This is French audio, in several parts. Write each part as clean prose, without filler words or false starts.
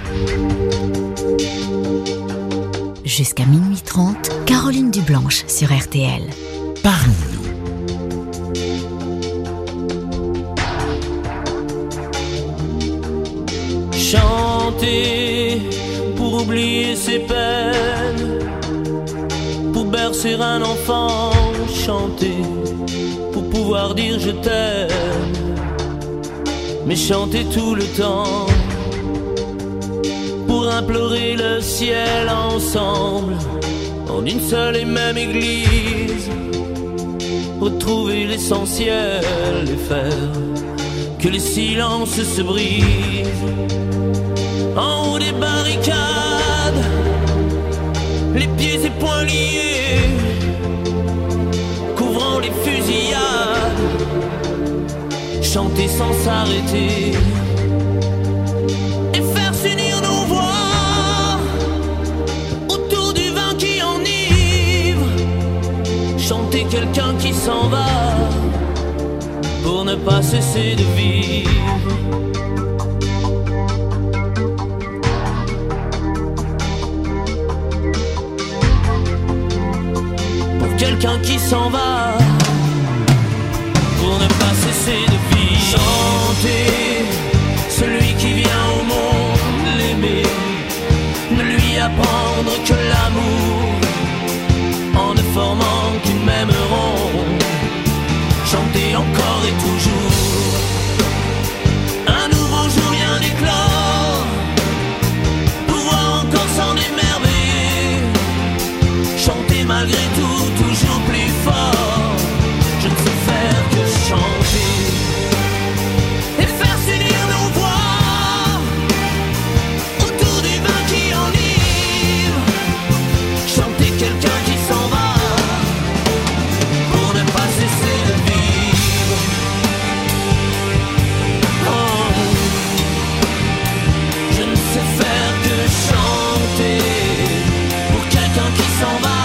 Jusqu'à minuit 30, Caroline Dublanche sur RTL. Parle-nous. Chanter pour oublier ses peines, pour bercer un enfant, chanter pour pouvoir dire je t'aime, mais chanter tout le temps pour implorer le ciel ensemble, en une seule et même église, retrouver l'essentiel et faire que les silences se brisent. En haut des barricades, les pieds et poings liés, couvrant les fusillades, chanter sans s'arrêter et faire s'unir nos voix autour du vin qui enivre, chanter quelqu'un qui s'en va pour ne pas cesser de vivre. Quelqu'un qui s'en va pour ne pas cesser de vivre. Chanter celui qui vient au monde, l'aimer, ne lui apprendre que l'amour, en ne formant qu'une même ronde. Chanter encore et toujours. Un nouveau jour vient d'éclore, pouvoir encore s'en émerveiller. Chanter malgré tout, toujours plus fort. Je ne sais faire que chanter et faire s'unir nos voix autour du vin qui enivre. Chanter quelqu'un qui s'en va pour ne pas cesser de vivre. Oh, je ne sais faire que chanter pour quelqu'un qui s'en va.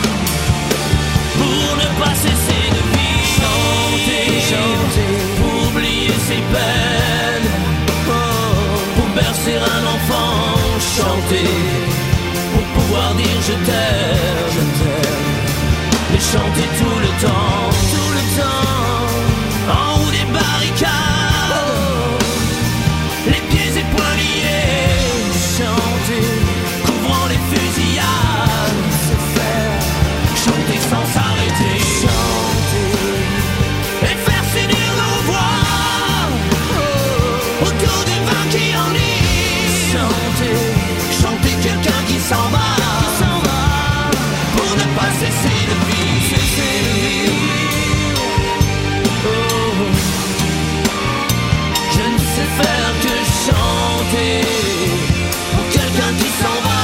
Pas cesser de vivre, chanter, pour oublier ses peines, pour bercer un enfant, chanter, pour pouvoir dire je t'aime, mais chanter tout le temps, en haut des barricades, les pieds et poings liés, chanter, couvrant les fusillades, se faire chanter sans s'arrêter. S'en va pour ne pas cesser de vivre. Oh, je ne sais faire que chanter pour quelqu'un qui s'en va,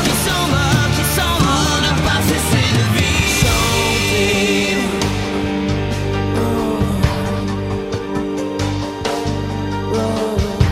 pour ne pas cesser de vivre. Chanter. Oh. Oh.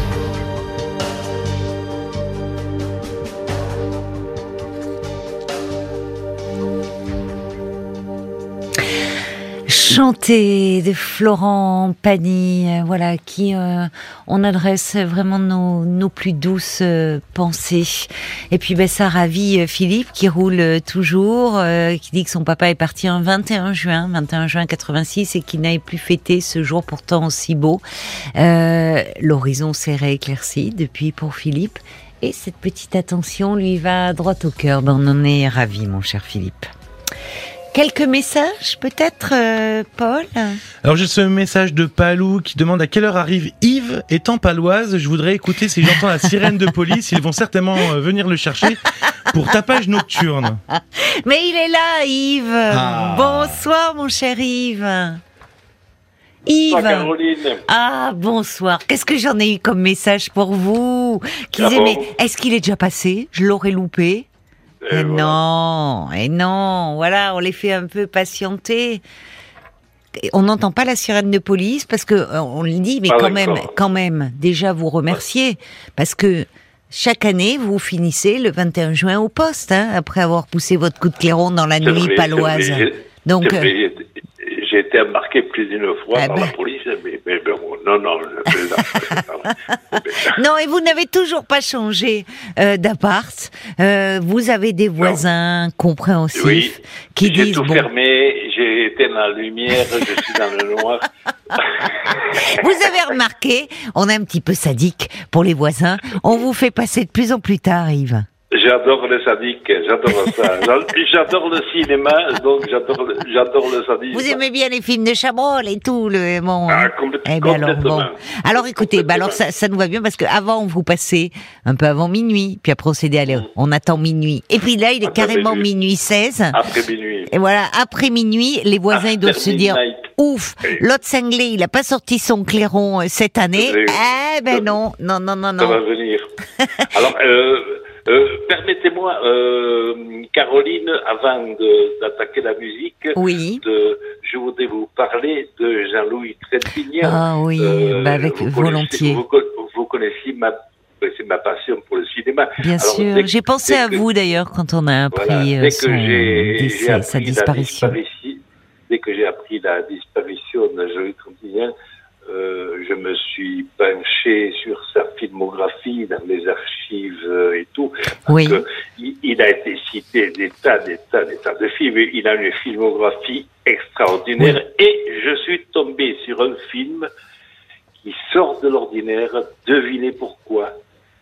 Chanter de Florent Pagny, voilà, qui on adresse vraiment nos plus douces pensées. Et puis ça ravit Philippe qui roule toujours, qui dit que son papa est parti un 21 juin 86 et qu'il n'avait plus fêté ce jour pourtant aussi beau. L'horizon s'est rééclairci depuis pour Philippe et cette petite attention lui va droit au cœur. On en est ravis, mon cher Philippe. Quelques messages, peut-être, Paul ? Alors j'ai ce message de Palou qui demande à quelle heure arrive Yves. Étant paloise, je voudrais écouter si j'entends la sirène de police. Ils vont certainement venir le chercher pour tapage nocturne. Mais il est là, Yves. Ah. Bonsoir, mon cher Yves. Yves. Bonsoir, Caroline. Ah, bonsoir. Qu'est-ce que j'en ai eu comme message pour vous ? Qui disait, mais est-ce qu'il est déjà passé ? Je l'aurais loupé. Et non, voilà, on les fait un peu patienter. On n'entend pas la sirène de police parce que on le dit, mais quand même, déjà vous remercier parce que chaque année vous finissez le 21 juin au poste, après avoir poussé votre coup de clairon dans la nuit paloise. Donc, j'ai été embarqué plus d'une fois par la police, mais bon, non, non, et vous n'avez toujours pas changé d'appart. Vous avez des voisins compréhensifs qui disent... J'ai tout fermé, j'ai éteint la lumière, je suis dans le noir. Vous avez remarqué, on est un petit peu sadique pour les voisins. On vous fait passer de plus en plus tard, Yves. J'adore le sadique, j'adore ça. J'adore le cinéma, donc j'adore le sadisme. Vous aimez bien les films de Chabrol et tout, bon. Complètement. Alors écoutez, alors ça nous va bien parce qu'avant vous passez un peu avant minuit, puis après on s'est dit allez, on attend minuit. Et puis là il est après carrément minuit 16. Après minuit. Et voilà, après minuit, les voisins ils doivent se dire ouf, l'autre cinglé, il a pas sorti son clairon cette année. Non. Ça va venir. Alors permettez-moi, Caroline, avant d'attaquer la musique, je voudrais vous parler de Jean-Louis Trintignant. Ah oui, avec volontiers. Vous connaissez ma passion pour le cinéma. Bien sûr, j'ai pensé à vous d'ailleurs quand on a appris sa disparition. Dès que j'ai appris la disparition de Jean-Louis Trintignant, je me suis penché sur sa filmographie dans les archives et tout. Parce que il a été cité des tas de films. Il a une filmographie extraordinaire. Et je suis tombé sur un film qui sort de l'ordinaire. Devinez pourquoi.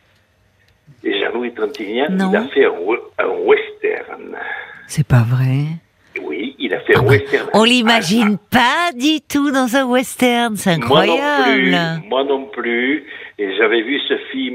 Et Jean-Louis Trintignant, il a fait un western. C'est pas vrai. Oui, il a fait un western. On l'imagine pas du tout dans un western, c'est incroyable. Moi non plus. Et j'avais vu ce film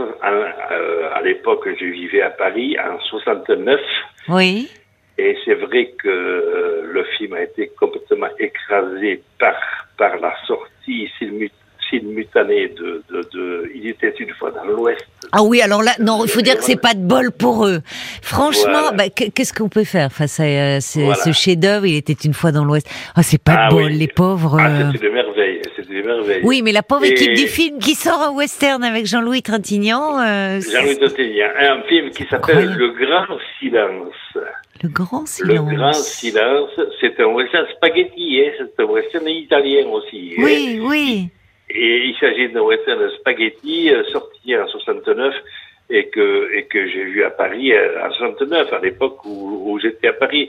à l'époque, je vivais à Paris, en 69. Oui. Et c'est vrai que le film a été complètement écrasé par la sortie simultanée de Il était une fois dans l'Ouest. Ah oui, alors là, non, il faut dire que c'est pas de bol pour eux. Franchement, qu'est-ce qu'on peut faire face à ce chef-d'œuvre? Il était une fois dans l'Ouest. C'est pas de bol, les pauvres. C'était une merveille. Oui, mais la pauvre équipe du film qui sort un western avec Jean-Louis Trintignant. Jean-Louis Trintignant, un film qui s'appelle Le Grand Silence. Le Grand Silence. Le Grand Silence, c'est un western spaghetti, c'est un western italien aussi. Oui. Et il s'agit d'un western spaghetti sorti en 69 et que j'ai vu à Paris en 69, à l'époque où j'étais à Paris,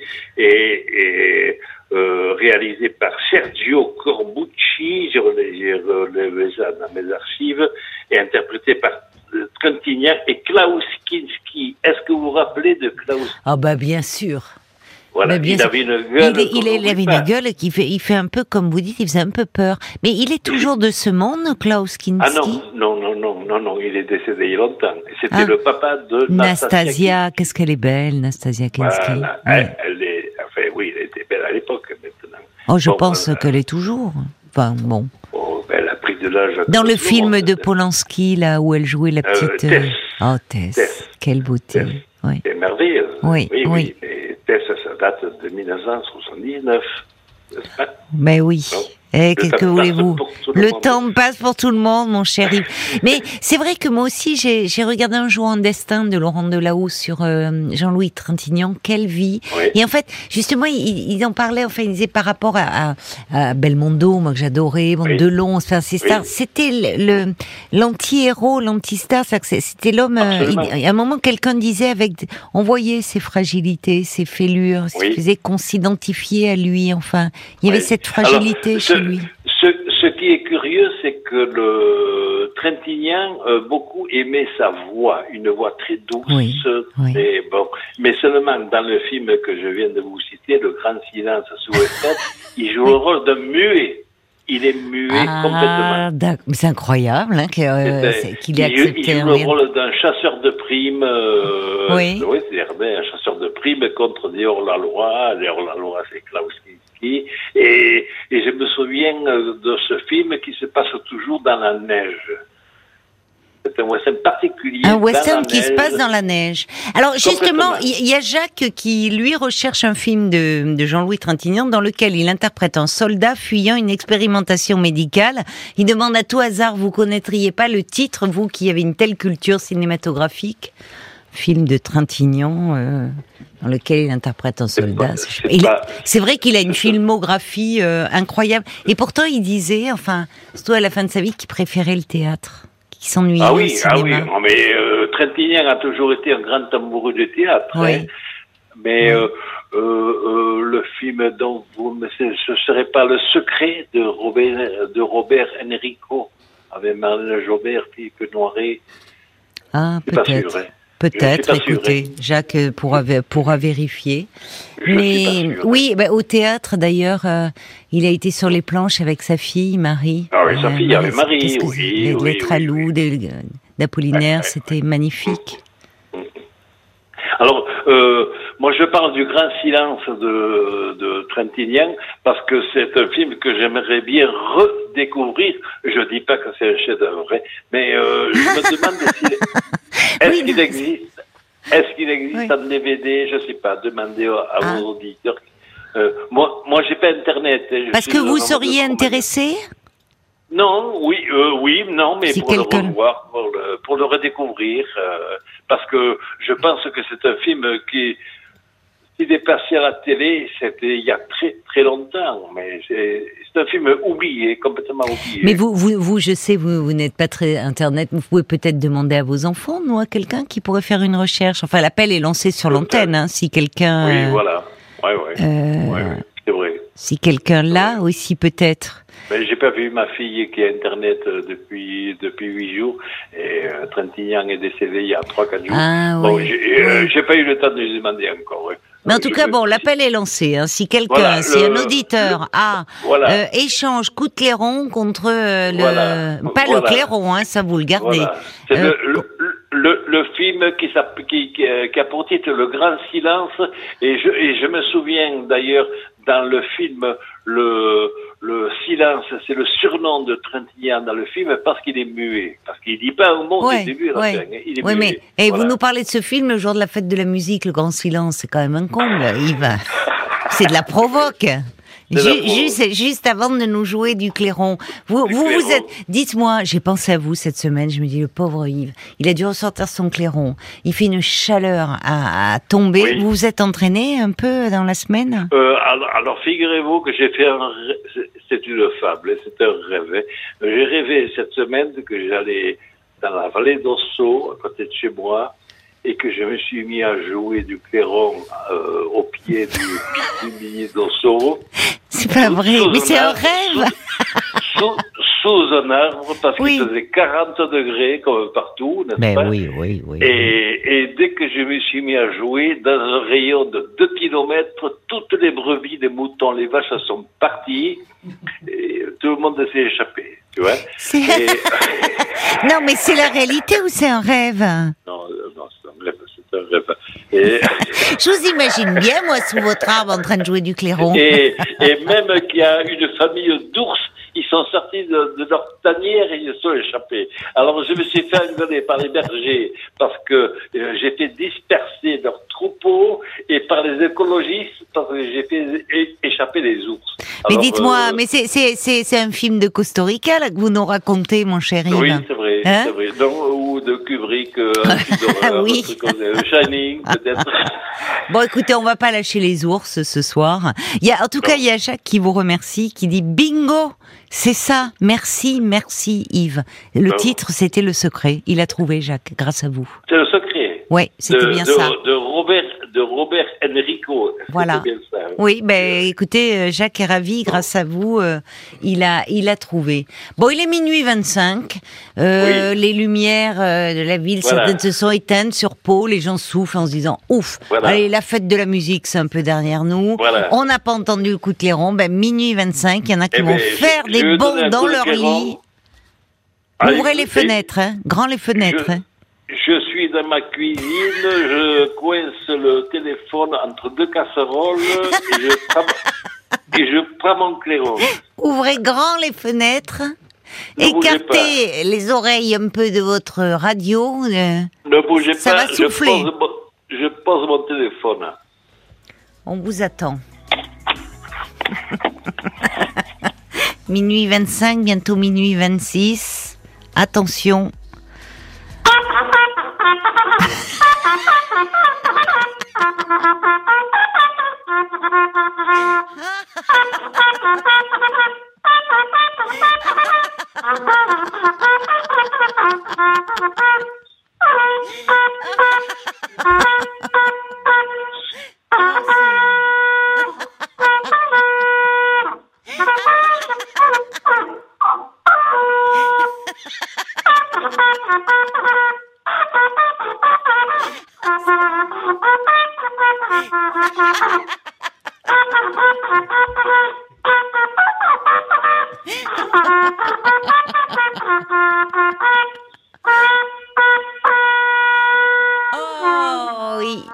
et réalisé par Sergio Corbucci, j'ai relevé ça dans mes archives, et interprété par Trintignant et Klaus Kinski. Est-ce que vous vous rappelez de Klaus? Ah bien sûr. Voilà, il avait une gueule. Il avait une gueule qui il fait un peu, comme vous dites, il faisait un peu peur. Mais il est toujours de ce monde, Klaus Kinski? Ah non, il est décédé il y a longtemps. C'était le papa de Nastasia. Qu'est-ce qu'elle est belle, Nastasia Kinski. Voilà. Elle était belle à l'époque, maintenant. Je pense qu'elle est toujours. Enfin, bon. Elle a pris de l'âge. Dans le film de Polanski, là, où elle jouait la petite... Tess. Quelle beauté. Oui. C'est merveilleux. Oui. Et Tess, ça date de 1979. N'est-ce pas? Mais oui. Qu'est-ce que voulez-vous? Le temps passe pour tout le monde, mon chéri. Mais c'est vrai que moi aussi, j'ai regardé un jour en destin de Laurent Delahousse sur Jean-Louis Trintignant. Quelle vie! Oui. Et en fait, justement, il en parlait, enfin, il disait par rapport à Belmondo, moi que j'adorais, Delon, enfin, ces stars. C'était l'anti-héros, l'anti-star. C'était l'homme. À un moment, quelqu'un disait on voyait ses fragilités, ses fêlures, faisait qu'on s'identifiait à lui. Enfin, il y avait cette fragilité chez lui. Ce qui est curieux, c'est que le Trintignant beaucoup aimait sa voix, une voix très douce. Mais seulement dans le film que je viens de vous citer, Le Grand Silence sous Western, il joue le rôle d'un muet. Il est muet complètement. Mais c'est incroyable qu'il ait accepté. Il joue le rôle d'un chasseur de primes. C'est-à-dire un chasseur de primes contre des hors-la-loi. Les hors-la-loi, c'est Klaus Kinski. Et je me souviens de ce film qui se passe toujours dans la neige. C'est un western particulier. Un western qui se passe dans la neige. Alors justement, il y a Jacques qui, lui, recherche un film de Jean-Louis Trintignant dans lequel il interprète un soldat fuyant une expérimentation médicale. Il demande à tout hasard, vous connaîtriez pas le titre, vous qui avez une telle culture cinématographique? film de Trintignant dans lequel il interprète un soldat. C'est vrai qu'il a une filmographie incroyable. Et pourtant, il disait, enfin, surtout à la fin de sa vie, qu'il préférait le théâtre, qu'il s'ennuyait au cinéma. Ah oui, non, mais Trintignant a toujours été un grand amoureux du théâtre. Oui. Hein. Mais le film dont ce serait pas Le Secret de Robert Enrico, avec Marlène Jobert, Philippe Noiret. Ah, peut-être. Hein. Peut-être, écoutez, Jacques pourra vérifier. Mais oui, au théâtre d'ailleurs, il a été sur les planches avec sa fille Marie. Ah oui, sa fille avec Marie, oui. Les lettres à loup d'Apollinaire, c'était magnifique. Alors, moi je parle du Grand Silence de Trintignant parce que c'est un film que j'aimerais bien redécouvrir. Je dis pas que c'est un chef-d'œuvre, mais je me demande Est-ce qu'il existe en DVD? Je sais pas. Demandez à vos auditeurs. Moi, j'ai pas Internet. Parce que vous seriez intéressé? Non, non, mais pour le revoir, pour le redécouvrir, parce que je pense que c'est un film qui est passé à la télé, c'était il y a très très longtemps, mais c'est un film oublié, complètement oublié. Mais vous, je sais, vous n'êtes pas très Internet, vous pouvez peut-être demander à vos enfants, ou à quelqu'un qui pourrait faire une recherche. Enfin, l'appel est lancé sur l'antenne, hein, si quelqu'un... Oui, voilà. Ouais, c'est vrai. Si quelqu'un l'a aussi, peut-être. Mais j'ai pas vu ma fille qui a Internet depuis 8 jours, et Trintignant est décédé il y a 3-4 jours. Ah, bon, oui. J'ai pas eu le temps de lui demander encore, ouais. Mais en tout cas, l'appel est lancé. Hein. Si quelqu'un, un auditeur échange coup de clairon contre le clairon, hein, ça vous le gardez. Voilà. C'est le film qui a pour titre Le Grand Silence, et je me souviens d'ailleurs dans le film le silence, c'est le surnom de Trintignant dans le film parce qu'il est muet, parce qu'il dit pas un mot au début. Il est muet. Mais vous nous parlez de ce film le jour de la fête de la musique, Le Grand Silence, c'est quand même un comble, Yves. C'est de la provoque. Juste avant de nous jouer du clairon. Vous êtes, dites-moi, j'ai pensé à vous cette semaine, je me dis, le pauvre Yves, il a dû ressortir son clairon, il fait une chaleur à tomber. Oui. Vous vous êtes entraîné un peu dans la semaine? Alors figurez-vous que j'ai fait c'est une fable, c'est un rêve. J'ai rêvé cette semaine que j'allais dans la vallée d'Ossau, à côté de chez moi, et que je me suis mis à jouer du clairon au pied du pilier d'Ossau. C'est pas vrai, mais c'est un rêve. Sous un arbre, parce qu'il faisait 40 degrés comme partout, n'est-ce pas? Oui. Et dès que je me suis mis à jouer, dans un rayon de 2 kilomètres, toutes les brebis, les moutons, les vaches sont parties, et tout le monde s'est échappé, tu vois. Non, mais c'est la réalité ou c'est un rêve? Non, c'est un rêve. Et... Je vous imagine bien, moi, sous votre arbre, en train de jouer du clairon. Et même qu'il y a une famille d'ours, ils sont sortis de leur tanière et ils se sont échappés. Alors je me suis fait engueuler par les bergers parce que j'ai fait disperser leurs troupeaux, et par les écologistes parce que j'ai fait échapper les ours. Mais dites-moi, mais c'est un film de Costa Rica là que vous nous racontez, mon chéri. Oui, c'est vrai, c'est vrai. Ou de Kubrick, oui. Shining, peut-être. Bon, écoutez, on va pas lâcher les ours ce soir. Il y a Jacques qui vous remercie, qui dit bingo. C'est ça, merci Yves. Le titre, c'était Le Secret. Il a trouvé, Jacques, grâce à vous. C'est Le Secret. Oui, c'était bien ça. De Robert Enrico. Voilà. Bien ça, oui, écoutez, Jacques est ravi, grâce à vous, il a trouvé. Bon, il est minuit 25. Les lumières de la ville, certaines se sont éteintes sur Pau. Les gens soufflent en se disant, ouf, allez, la fête de la musique, c'est un peu derrière nous. Voilà. On n'a pas entendu le coup de clairon. Minuit 25, il y en a qui vont faire des bonds dans leur lit. Ouvrez les fenêtres, grand les fenêtres. Je suis dans ma cuisine, je coince le téléphone entre 2 casseroles et je prends mon clairon. Ouvrez grand les fenêtres, écartez les oreilles un peu de votre radio. Ne bougez ça pas, va souffler. Je pose mon téléphone. On vous attend. Minuit 25, bientôt minuit 26. Attention. Oh oui.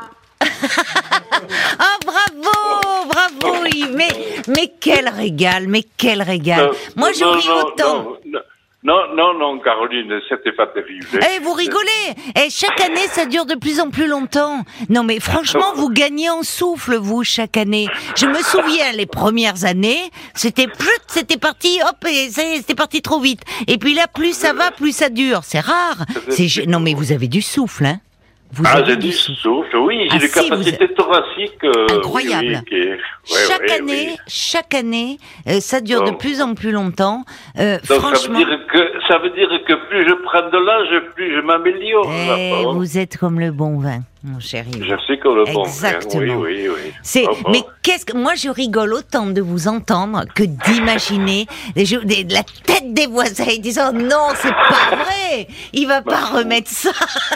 Ah bravo Yves. Mais quel régal, Moi je ris autant. Non, Caroline, c'était pas terrible. Vous rigolez. Chaque année, ça dure de plus en plus longtemps. Non, mais franchement, vous gagnez en souffle, vous, chaque année. Je me souviens, les premières années, c'était parti, hop, et c'était parti trop vite. Et puis là, plus ça va, plus ça dure. C'est rare. Non, mais vous avez du souffle, hein. J'ai du souffle, oui, j'ai des capacités thoraciques incroyables. Chaque année, ça dure de plus en plus longtemps. Donc franchement, ça veut dire que plus je prends de l'âge, plus je m'améliore. Vous êtes comme le bon vin, mon chéri. Je suis comme le bon vin. Exactement. Oui. Mais moi je rigole autant de vous entendre que d'imaginer la tête des voisins disant non, c'est pas vrai, il va pas remettre ça.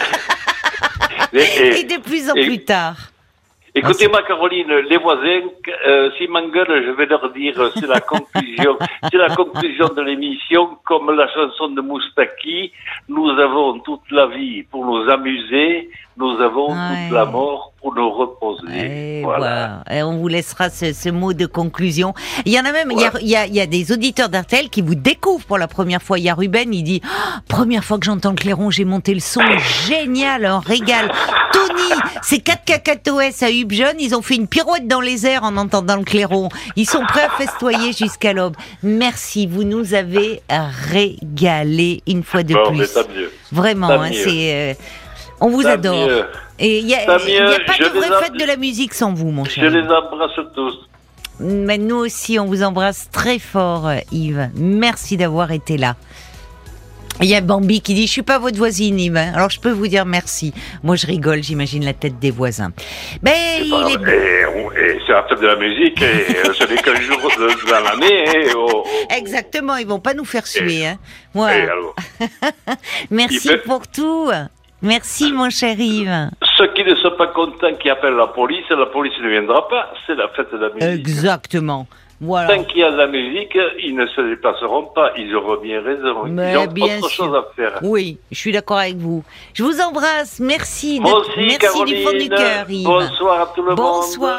Et de plus en plus tard. Écoutez-moi, Caroline, les voisins, s'ils m'engueulent, je vais leur dire, c'est la conclusion de l'émission, comme la chanson de Moustaki, nous avons toute la vie pour nous amuser, nous avons toute la mort pour nous reposer. Voilà. Et on vous laissera ce mot de conclusion. Il y en a même, il y a des auditeurs d'RTL qui vous découvrent pour la première fois. Il y a Ruben, il dit, première fois que j'entends le clairon, j'ai monté le son, génial, un régal. Tony, c'est 4 cacatoès à Hugues Jeune, ils ont fait une pirouette dans les airs en entendant le clairon. Ils sont prêts à festoyer jusqu'à l'aube. Merci, vous nous avez régalé une fois de plus. Mais tant mieux. Vraiment, c'est... on vous adore. Mieux. Et il n'y a pas de vraie fête de la musique sans vous, mon cher. Je les embrasse tous. Mais nous aussi, on vous embrasse très fort, Yves. Merci d'avoir été là. Il y a Bambi qui dit, je suis pas votre voisine, Yves. Alors je peux vous dire merci. Moi je rigole, j'imagine la tête des voisins. Mais c'est la fête de la musique, et ce n'est qu'un jour dans l'année. Exactement, ils vont pas nous faire suer. Voilà. Merci pour tout. Merci, mon cher Yves. Ceux qui ne sont pas contents, qui appellent la police ne viendra pas. C'est la fête de la musique. Exactement. Voilà. Tant qu'il y a de la musique, ils ne se déplaceront pas. Ils auront bien raison. Ils ont autre chose à faire. Oui, je suis d'accord avec vous. Je vous embrasse. Merci. Moi aussi, merci Caroline, du fond du cœur, Yves. Bonsoir à tout le monde. Bonsoir.